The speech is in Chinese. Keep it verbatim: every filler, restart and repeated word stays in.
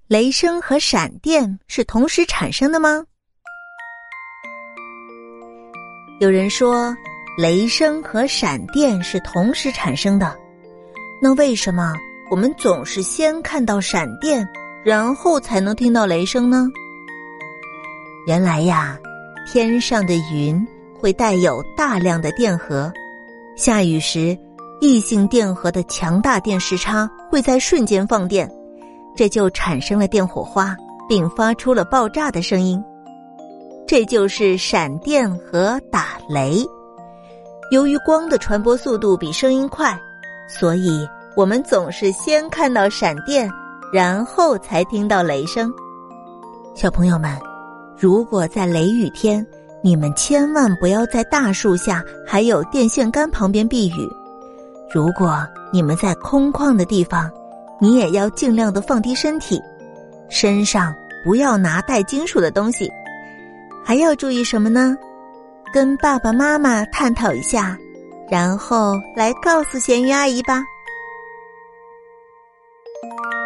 雷声和闪电是同时产生的吗？有人说雷声和闪电是同时产生的，那为什么我们总是先看到闪电，然后才能听到雷声呢？原来呀，天上的云会带有大量的电荷，下雨时异性电荷的强大电势差会在瞬间放电，这就产生了电火花，并发出了爆炸的声音。这就是闪电和打雷。由于光的传播速度比声音快，所以我们总是先看到闪电，然后才听到雷声。小朋友们，如果在雷雨天，你们千万不要在大树下还有电线杆旁边避雨。如果你们在空旷的地方，你也要尽量的放低身体，身上不要拿带金属的东西。还要注意什么呢？跟爸爸妈妈探讨一下，然后来告诉咸鱼阿姨吧。